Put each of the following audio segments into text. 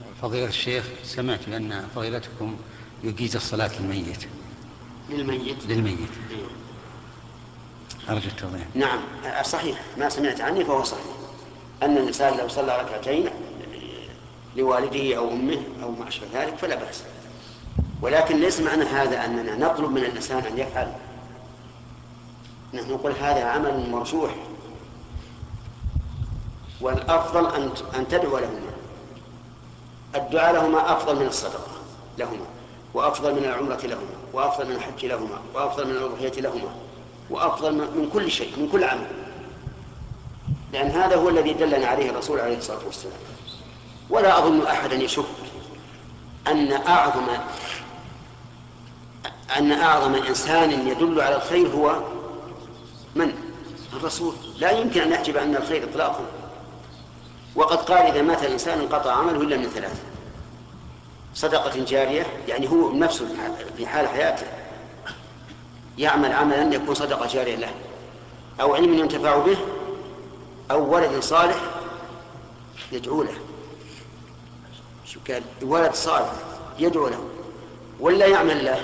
فضيلة الشيخ، سمعت أن فضيلتكم يجيز الصلاة للميت. للميت. أرجو التوضيح. نعم صحيح، ما سمعت عني فهو صحيح، أن الإنسان لو صلى ركعتين لوالده أو أمه أو ما أشبه ذلك فلا بأس، ولكن ليس معنى هذا أننا نطلب من الإنسان أن يفعل. نحن نقول هذا عمل مرجوح، والأفضل أن تدعو لهما. الدعاء لهما أفضل من الصدقة لهما، وأفضل من العمرة لهما، وأفضل من الحج لهما، وأفضل من الأضحية لهما، وأفضل من كل شيء، من كل عمل، لأن هذا هو الذي دلنا عليه الرسول عليه الصلاة والسلام. ولا أظن أحدا يشك أن أعظم إنسان يدل على الخير هو من؟ الرسول. لا يمكن أن يحجب عن الخير إطلاقا. وقد قال إذا مات الإنسان انقطع عمله إلا من ثلاث: صدقة جارية، يعني هو نفسه في حال حياته يعمل عملا يكون صدقة جارية له، أو علم ينتفع به، أو ولد صالح يدعو له. شو قال؟ ولد صالح يدعو له ولا يعمل له؟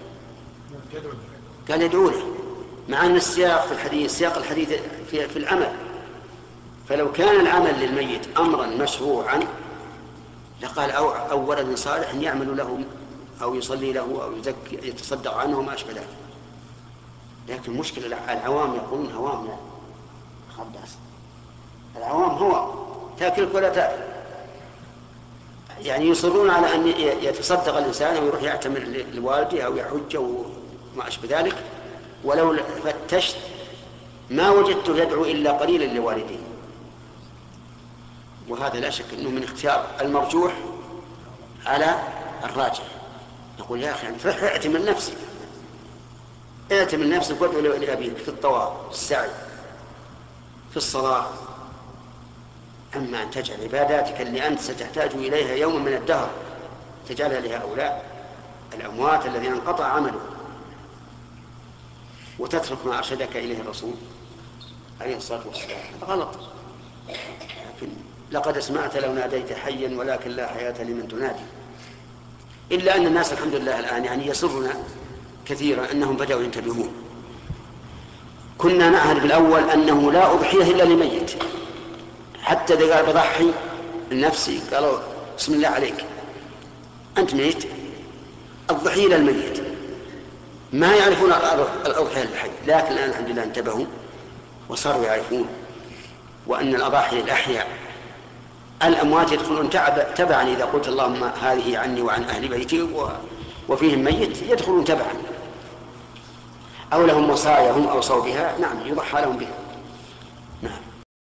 قال يدعو له، مع أن السياق في الحديث سياق الحديث في العمل. فلو كان العمل للميت أمرا مشروعا لقال أو ولد صالح يعمل له أو يصلي له أو يتصدق عنه وما أشبه ذلك. لكن مشكلة العوام يقولون هوام. لا خلاص، العوام هو تأكلك ولا تأكل، يعني يصرون على أن يتصدق الإنسان أو يروح يعتمر لوالده أو يحج وما أشبه ذلك، ولو فتشت ما وجدته يدعو إلا قليلا لوالديه. وهذا لا شك أنه من اختيار المرجوح على الراجح. نقول يا أخي فرح اعتمر نفسك، اعتمر نفسك وادعو لأبيك في الطواف، في السعي، في الصلاة. أما أن تجعل عباداتك اللي أنت ستحتاج إليها يوم من الدهر تجعلها لهؤلاء الأموات الذين انقطع عمله، وتترك ما أرشدك إليه الرسول عليه الصلاة والسلام، هذا غلط. لكن لقد سمعت لو ناديت حيا ولكن لا حياة لمن تنادي. إلا أن الناس الحمد لله الآن يعني يسرنا كثيرا أنهم بدأوا ينتبهون. كنا نعهد بالأول أنه لا أضحية إلا لميت، حتى إذا قال بضحي لنفسي قالوا بسم الله عليك أنت ميت، الضحية للميت. ما يعرفون الأضحية للحي، لكن الآن الحمد لله انتبهوا وصاروا يعرفون، وأن الأضاحي للأحياء. الأموات يدخلون تبعا، إذا قلت اللهم هذه عني وعن أهل بيتي وفيهم ميت يدخلون تبعا، أو لهم وصايا هم أوصوا بها، نعم يضحى لهم بها.